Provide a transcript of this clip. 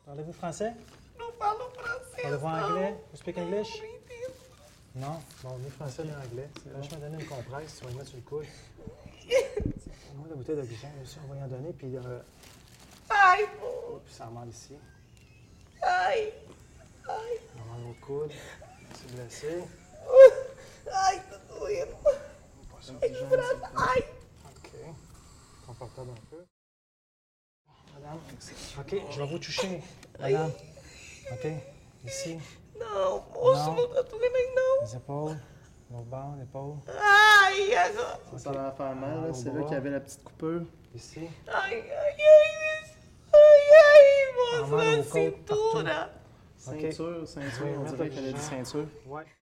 Parlez-vous français? Não falo francês, Parlez-vous não. anglais? You speak English? Não entendo. Non? Bon, ni français ni anglais. Je vais donner une compresse, tu vas y mettre sur le coude. Moi, la bouteille de bouchon, aussi, on va y en donner, puis Ai, pô. ça remonte ici. Ai. Ai. On remonte au coude. C'est blessé. Ai, tá doendo. Ai, que brasa. Ai. OK. Confortable un peu. Madame. OK, je vais vous toucher. Madame. OK. Ici. Não, moço, Não. não tá doendo aí, não. Les épaules. L'autre bord, l'épaule. Ai, agora. Ça va faire mal, là. C'est là qu'il y avait la petite coupure. Ici. Ai, ai, ai. Ai, moço, Mal na au côte, cintura. Ceinture, Oui, on dirait qu'il y avait des ceintures. Ouais.